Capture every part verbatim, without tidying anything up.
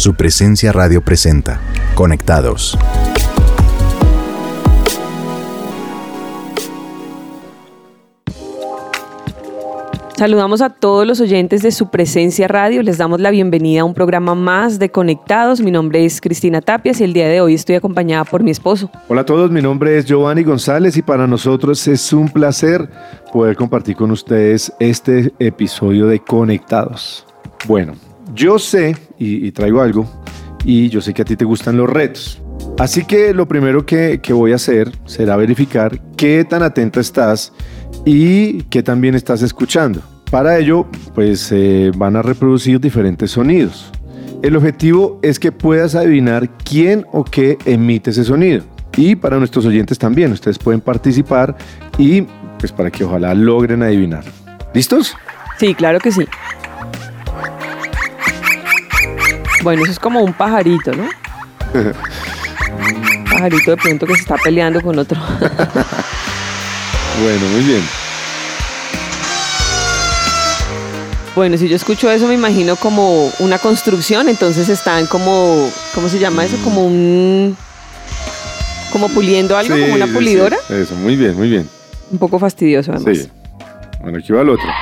Su Presencia Radio presenta Conectados. Saludamos a todos los oyentes de Su Presencia Radio. Les damos la bienvenida a un programa más de Conectados. Mi nombre es Cristina Tapias y el día de hoy estoy acompañada por mi esposo. Hola a todos, mi nombre es Giovanni González y para nosotros es un placer poder compartir con ustedes este episodio de Conectados. Bueno, yo sé y, y traigo algo y yo sé que a ti te gustan los retos. Así que lo primero que, que voy a hacer será verificar qué tan atenta estás y qué tan bien estás escuchando. Para ello, pues eh, van a reproducir diferentes sonidos. El objetivo es que puedas adivinar quién o qué emite ese sonido. Y para nuestros oyentes también, ustedes pueden participar y pues para que ojalá logren adivinar. ¿Listos? Sí, claro que sí. Bueno, eso es como un pajarito, ¿no? Un pajarito de pronto que se está peleando con otro. Bueno, muy bien. Bueno, si yo escucho eso me imagino como una construcción, entonces están como, ¿cómo se llama eso? Como un, como puliendo algo, sí, como una pulidora. Sí, eso, muy bien, muy bien. Un poco fastidioso además. Sí. Bueno, aquí va el otro.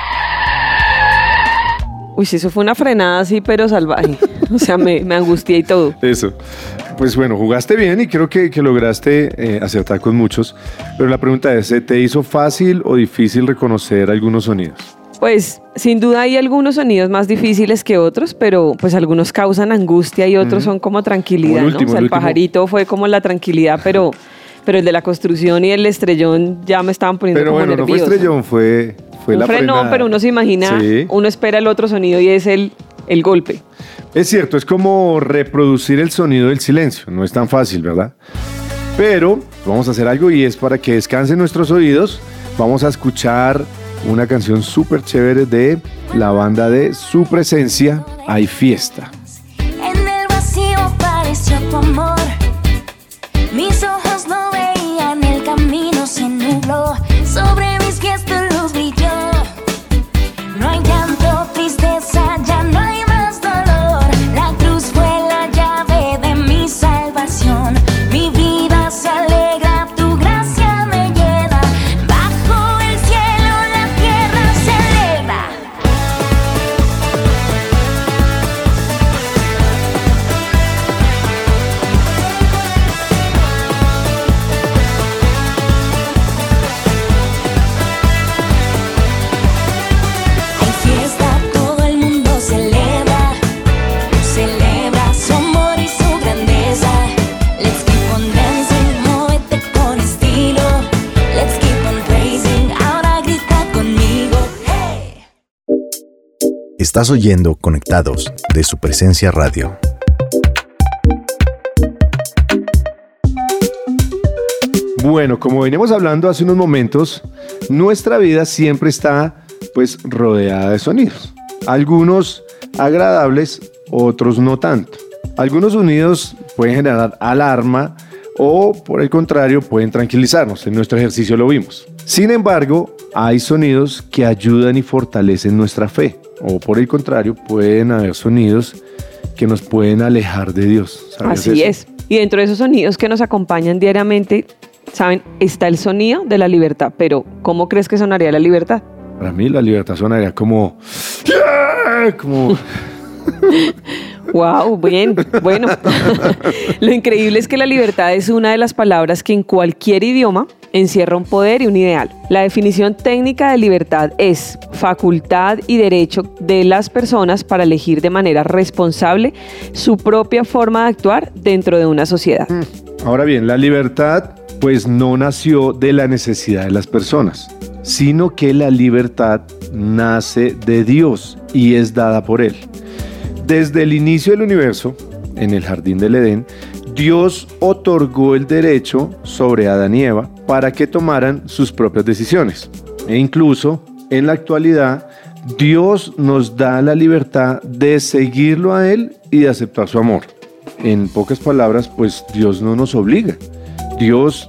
Uy, sí, eso fue una frenada así, pero salvaje. O sea, me, me angustié y todo. Eso. Pues bueno, jugaste bien y creo que, que lograste eh, acertar con muchos. Pero la pregunta es, ¿te hizo fácil o difícil reconocer algunos sonidos? Pues sin duda hay algunos sonidos más difíciles que otros, pero pues algunos causan angustia y otros mm. son como tranquilidad, como el último, ¿no? O sea, el, el pajarito fue como la tranquilidad, pero, pero el de la construcción y el estrellón ya me estaban poniendo pero como bueno, nervioso. Pero bueno, no fue estrellón, fue, fue Un la frenón, frenada. Pero uno se imagina, sí. Uno espera el otro sonido y es el, el golpe. Es cierto, es como reproducir el sonido del silencio, no es tan fácil, ¿verdad? Pero vamos a hacer algo y es para que descansen nuestros oídos, vamos a escuchar una canción súper chévere de la banda de Su Presencia, Hay Fiesta. En el vacío apareció tu amor, mis ojos no veían, el camino se nubló, sobre mis pies tu luz brilló, no hay llanto, tristeza, ya no hay más dolor, la cruz fue la llave de mi salvación, mi vida se alegra, tu gracia me llena, bajo el cielo la tierra celebra. Hay fiesta, todo el mundo celebra, celebra su amor y su grandeza. Let's keep on dancing, muévete con estilo. Let's keep on praising, ahora grita conmigo. Hey. Estás oyendo Conectados de Su Presencia Radio. Bueno, como veníamos hablando hace unos momentos, nuestra vida siempre está pues rodeada de sonidos. Algunos agradables, otros no tanto. Algunos sonidos pueden generar alarma o por el contrario pueden tranquilizarnos. En nuestro ejercicio lo vimos. Sin embargo, hay sonidos que ayudan y fortalecen nuestra fe. O por el contrario, pueden haber sonidos que nos pueden alejar de Dios. ¿Sabías Así eso? es. Y dentro de esos sonidos que nos acompañan diariamente, ¿saben? Está el sonido de la libertad. Pero, ¿cómo crees que sonaría la libertad? Para mí la libertad sonaría como... como... Wow, bien, bueno. Lo increíble es que la libertad es una de las palabras que en cualquier idioma encierra un poder y un ideal. La definición técnica de libertad es facultad y derecho de las personas para elegir de manera responsable su propia forma de actuar dentro de una sociedad. Ahora bien, la libertad pues no nació de la necesidad de las personas, sino que la libertad nace de Dios y es dada por Él. Desde el inicio del universo, en el jardín del Edén, Dios otorgó el derecho sobre Adán y Eva para que tomaran sus propias decisiones. E incluso, en la actualidad, Dios nos da la libertad de seguirlo a Él y de aceptar su amor. En pocas palabras, pues Dios no nos obliga. Dios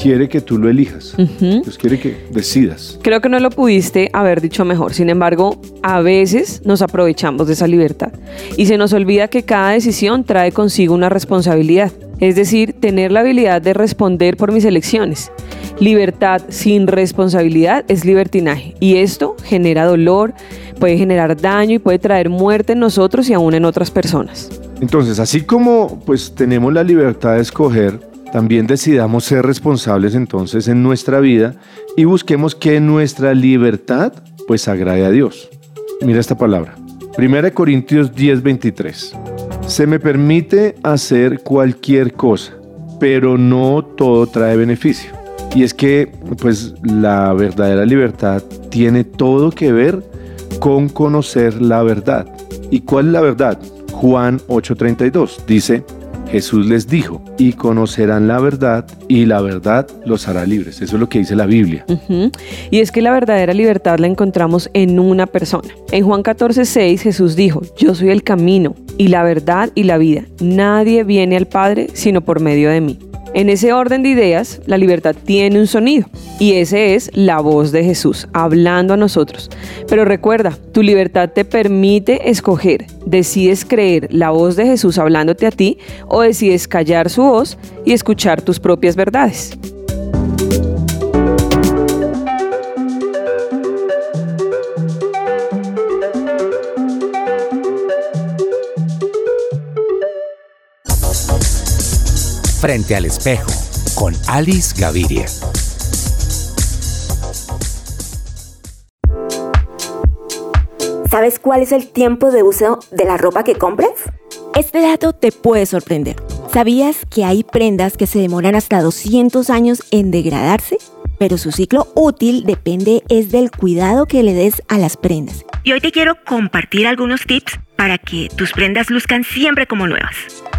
quiere que tú lo elijas. Uh-huh. Dios quiere que decidas. Creo que no lo pudiste haber dicho mejor. Sin embargo, a veces nos aprovechamos de esa libertad y se nos olvida que cada decisión trae consigo una responsabilidad. Es decir, tener la habilidad de responder por mis elecciones. Libertad sin responsabilidad es libertinaje y esto genera dolor, puede generar daño y puede traer muerte en nosotros y aún en otras personas. Entonces, así como pues tenemos la libertad de escoger, también decidamos ser responsables entonces en nuestra vida y busquemos que nuestra libertad pues agrade a Dios. Mira esta palabra. Primera de Corintios diez, veintitrés. Se me permite hacer cualquier cosa, pero no todo trae beneficio. Y es que pues la verdadera libertad tiene todo que ver con conocer la verdad. ¿Y cuál es la verdad? Juan ocho, treinta y dos dice: Jesús les dijo, y conocerán la verdad, y la verdad los hará libres. Eso es lo que dice la Biblia. Uh-huh. Y es que la verdadera libertad la encontramos en una persona. En Juan catorce, seis, Jesús dijo: yo soy el camino, y la verdad, y la vida. Nadie viene al Padre sino por medio de mí. En ese orden de ideas, la libertad tiene un sonido, y ese es la voz de Jesús, hablando a nosotros. Pero recuerda, tu libertad te permite escoger. ¿Decides creer la voz de Jesús hablándote a ti o decides callar su voz y escuchar tus propias verdades? Frente al espejo, con Alice Gaviria. ¿Sabes cuál es el tiempo de uso de la ropa que compras? Este dato te puede sorprender. ¿Sabías que hay prendas que se demoran hasta doscientos años en degradarse? Pero su ciclo útil depende es del cuidado que le des a las prendas. Y hoy te quiero compartir algunos tips para que tus prendas luzcan siempre como nuevas.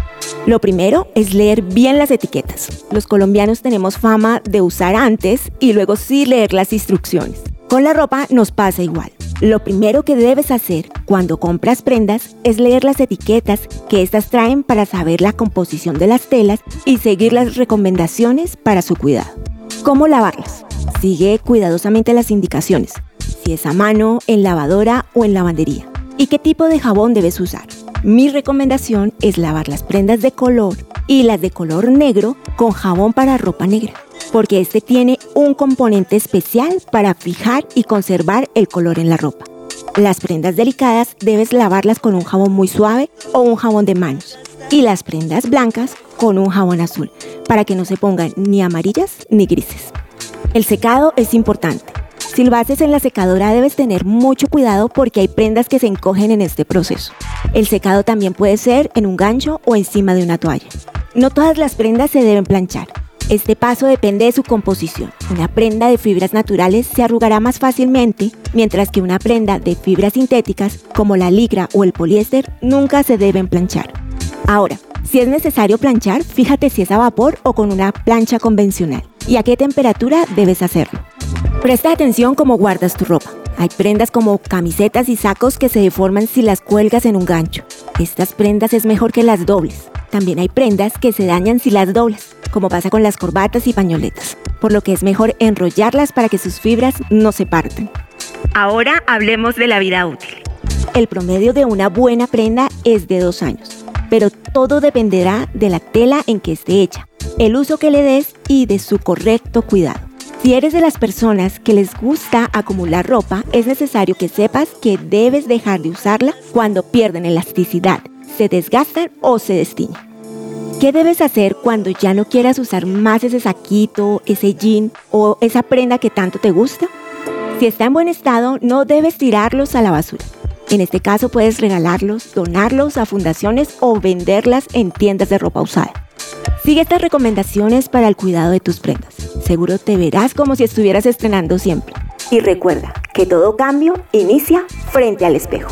Lo primero es leer bien las etiquetas. Los colombianos tenemos fama de usar antes y luego sí leer las instrucciones. Con la ropa nos pasa igual. Lo primero que debes hacer cuando compras prendas es leer las etiquetas que estas traen para saber la composición de las telas y seguir las recomendaciones para su cuidado. ¿Cómo lavarlas? Sigue cuidadosamente las indicaciones, si es a mano, en lavadora o en lavandería. ¿Y qué tipo de jabón debes usar? Mi recomendación es lavar las prendas de color y las de color negro con jabón para ropa negra, porque este tiene un componente especial para fijar y conservar el color en la ropa. Las prendas delicadas debes lavarlas con un jabón muy suave o un jabón de manos, y las prendas blancas con un jabón azul, para que no se pongan ni amarillas ni grises. El secado es importante. Si lo haces en la secadora debes tener mucho cuidado porque hay prendas que se encogen en este proceso. El secado también puede ser en un gancho o encima de una toalla. No todas las prendas se deben planchar. Este paso depende de su composición. Una prenda de fibras naturales se arrugará más fácilmente, mientras que una prenda de fibras sintéticas, como la licra o el poliéster, nunca se deben planchar. Ahora, si es necesario planchar, fíjate si es a vapor o con una plancha convencional y a qué temperatura debes hacerlo. Presta atención cómo guardas tu ropa. Hay prendas como camisetas y sacos que se deforman si las cuelgas en un gancho. Estas prendas es mejor que las dobles. También hay prendas que se dañan si las doblas, como pasa con las corbatas y pañoletas, por lo que es mejor enrollarlas para que sus fibras no se partan. Ahora hablemos de la vida útil. El promedio de una buena prenda es de dos años, pero todo dependerá de la tela en que esté hecha, el uso que le des y de su correcto cuidado. Si eres de las personas que les gusta acumular ropa, es necesario que sepas que debes dejar de usarla cuando pierden elasticidad, se desgastan o se destiñen. ¿Qué debes hacer cuando ya no quieras usar más ese saquito, ese jean o esa prenda que tanto te gusta? Si está en buen estado, no debes tirarlos a la basura. En este caso puedes regalarlos, donarlos a fundaciones o venderlas en tiendas de ropa usada. Sigue estas recomendaciones para el cuidado de tus prendas. Seguro te verás como si estuvieras estrenando siempre. Y recuerda que todo cambio inicia frente al espejo.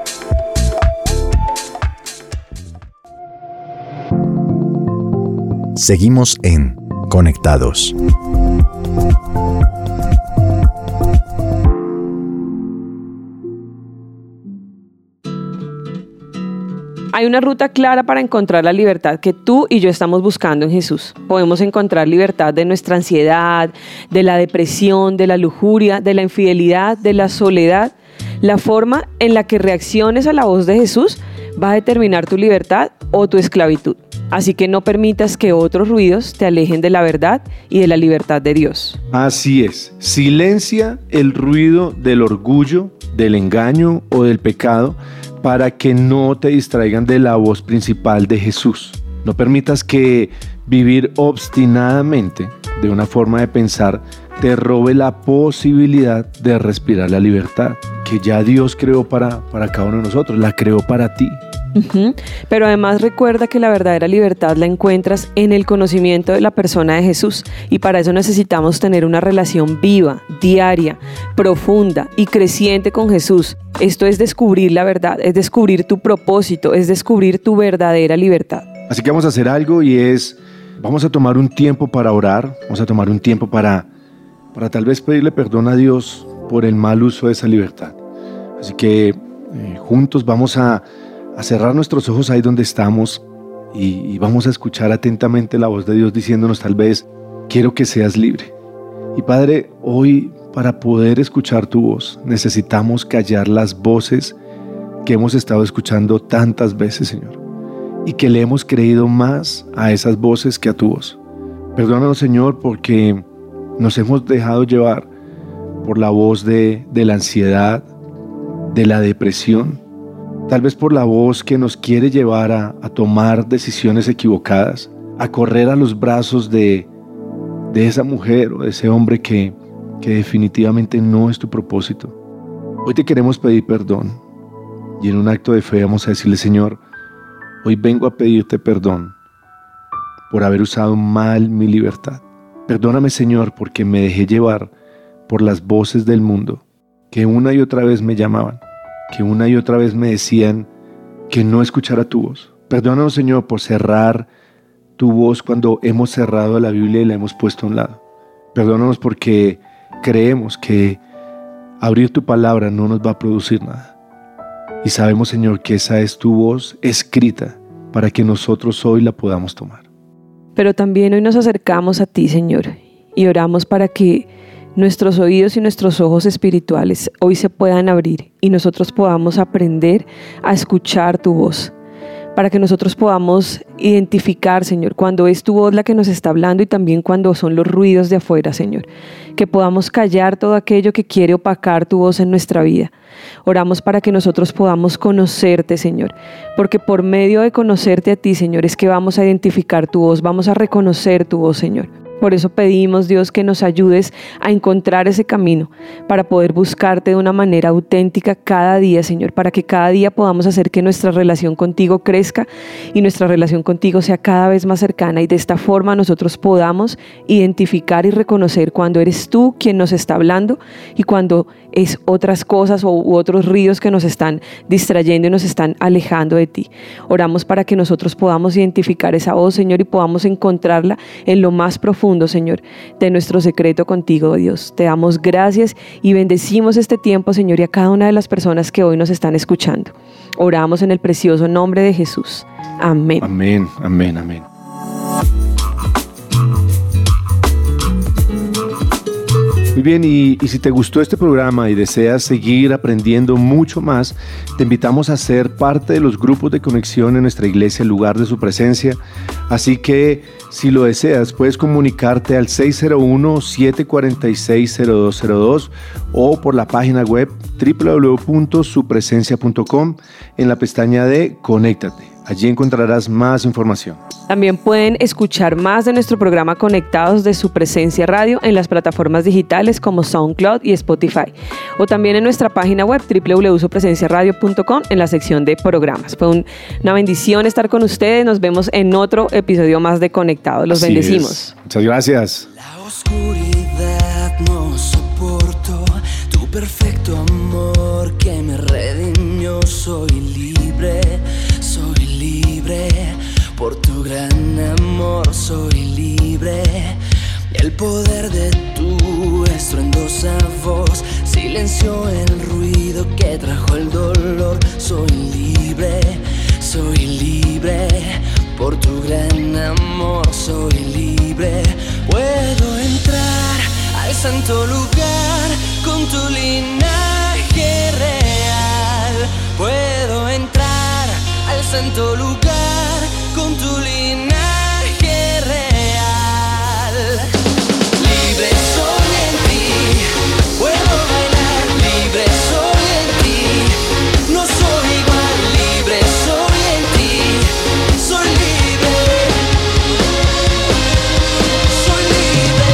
Seguimos en Conectados. Hay una ruta clara para encontrar la libertad que tú y yo estamos buscando en Jesús. Podemos encontrar libertad de nuestra ansiedad, de la depresión, de la lujuria, de la infidelidad, de la soledad. La forma en la que reacciones a la voz de Jesús va a determinar tu libertad o tu esclavitud. Así que no permitas que otros ruidos te alejen de la verdad y de la libertad de Dios. Así es. Silencia el ruido del orgullo, del engaño o del pecado para que no te distraigan de la voz principal de Jesús. No permitas que vivir obstinadamente de una forma de pensar te robe la posibilidad de respirar la libertad que ya Dios creó para, para cada uno de nosotros, la creó para ti. Uh-huh. Pero además recuerda que la verdadera libertad la encuentras en el conocimiento de la persona de Jesús, y para eso necesitamos tener una relación viva, diaria, profunda y creciente con Jesús. Esto es descubrir la verdad, es descubrir tu propósito, es descubrir tu verdadera libertad. Así que vamos a hacer algo, y es, vamos a tomar un tiempo para orar, vamos a tomar un tiempo para, para tal vez pedirle perdón a Dios por el mal uso de esa libertad. Así que eh, juntos vamos a, a cerrar nuestros ojos ahí donde estamos y, y vamos a escuchar atentamente la voz de Dios diciéndonos tal vez, quiero que seas libre. Y Padre, hoy para poder escuchar tu voz necesitamos callar las voces que hemos estado escuchando tantas veces, Señor, y que le hemos creído más a esas voces que a tu voz. Perdónanos, Señor, porque nos hemos dejado llevar por la voz de, de la ansiedad, de la depresión, tal vez por la voz que nos quiere llevar a, a tomar decisiones equivocadas, a correr a los brazos de, de esa mujer o de ese hombre que, que definitivamente no es tu propósito. Hoy te queremos pedir perdón, y en un acto de fe vamos a decirle, Señor, hoy vengo a pedirte perdón por haber usado mal mi libertad. Perdóname, Señor, porque me dejé llevar por las voces del mundo que una y otra vez me llamaban, que una y otra vez me decían que no escuchara tu voz. Perdónanos, Señor, por cerrar tu voz cuando hemos cerrado la Biblia y la hemos puesto a un lado. Perdónanos porque creemos que abrir tu palabra no nos va a producir nada. Y sabemos, Señor, que esa es tu voz escrita para que nosotros hoy la podamos tomar. Pero también hoy nos acercamos a ti, Señor, y oramos para que nuestros oídos y nuestros ojos espirituales hoy se puedan abrir y nosotros podamos aprender a escuchar tu voz, para que nosotros podamos identificar, Señor, cuando es tu voz la que nos está hablando y también cuando son los ruidos de afuera, Señor, que podamos callar todo aquello que quiere opacar tu voz en nuestra vida. Oramos para que nosotros podamos conocerte, Señor, porque por medio de conocerte a ti, Señor, es que vamos a identificar tu voz, vamos a reconocer tu voz, Señor. Por eso pedimos, Dios, que nos ayudes a encontrar ese camino para poder buscarte de una manera auténtica cada día, Señor, para que cada día podamos hacer que nuestra relación contigo crezca y nuestra relación contigo sea cada vez más cercana, y de esta forma nosotros podamos identificar y reconocer cuando eres tú quien nos está hablando y cuando es otras cosas u otros ríos que nos están distrayendo y nos están alejando de ti. Oramos para que nosotros podamos identificar esa voz, Señor, y podamos encontrarla en lo más profundo, Señor, de nuestro secreto contigo, Dios. Te damos gracias y bendecimos este tiempo, Señor, y a cada una de las personas que hoy nos están escuchando. Oramos en el precioso nombre de Jesús. Amén. Amén, amén, amén. Muy bien, y, y si te gustó este programa y deseas seguir aprendiendo mucho más, te invitamos a ser parte de los grupos de conexión en nuestra iglesia, el lugar de su presencia. Así que si lo deseas, puedes comunicarte al seis cero uno, siete cuatro seis, cero dos cero dos o por la página web doble u doble u doble u punto su presencia punto com en la pestaña de Conéctate. Allí encontrarás más información. También pueden escuchar más de nuestro programa Conectados de Su Presencia Radio en las plataformas digitales como SoundCloud y Spotify, o también en nuestra página web doble u doble u doble u punto su presencia radio punto com en la sección de programas. Fue un, una bendición estar con ustedes. Nos vemos en otro episodio más de Conectados. Los Así bendecimos. Es. Muchas gracias. La oscuridad no soporto, tu perfecto amor que me redimió. Soy libre, soy libre, por tu gran amor soy libre. El poder de tu estruendosa voz silenció el ruido que trajo el dolor. Soy libre, soy libre. Por tu gran amor soy libre. Puedo entrar al santo lugar con tu linaje real. Puedo entrar al santo lugar con tu linaje real. Libre soy en ti, puedo bailar. Libre soy en ti, no soy igual. Libre soy en ti, soy libre. Soy libre.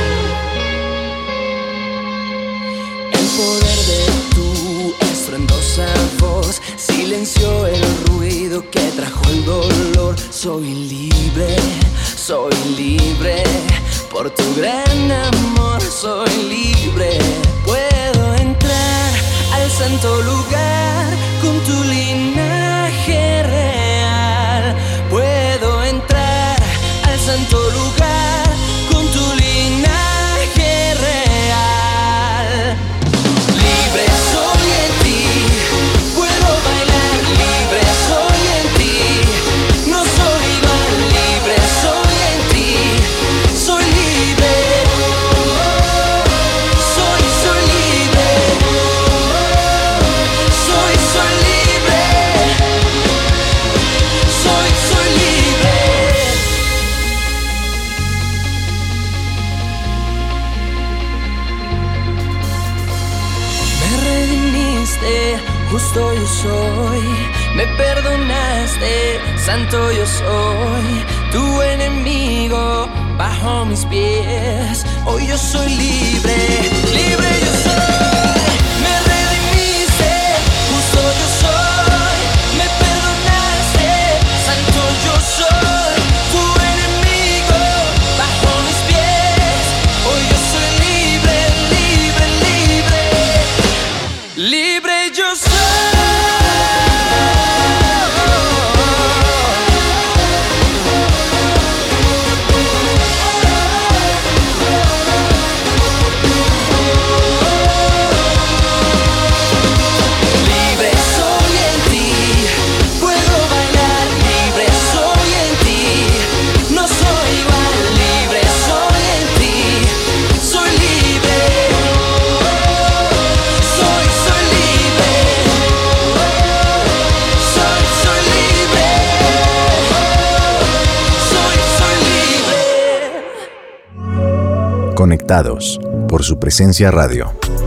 El poder de tu estruendosa voz silenció el ruido que trajo el dolor. Soy libre, soy libre. Por tu gran amor soy libre. Puedo entrar al santo lugar con tu linaje real. Puedo entrar al santo lugar con tu linaje real. Libre soy en ti, puedo bailar. Libre soy en ti, no soy igual. Libre soy en ti, soy libre. Soy, soy libre. Soy, soy libre. Soy, soy libre. Me redimiste, justo yo soy. Me perdonaste, santo yo soy. Tu enemigo bajo mis pies. Hoy yo soy libre, libre yo soy. Me redimiste, justo yo soy. Me perdonaste, santo yo soy. Tu enemigo bajo mis pies. Hoy yo soy libre, libre, libre. Libre yo soy. Libre soy en ti, puedo bailar. Libre soy en ti, no soy igual. Libre soy en ti, soy libre. Soy, soy libre. Soy, soy libre. Soy, soy libre. Conectados por su presencia radio.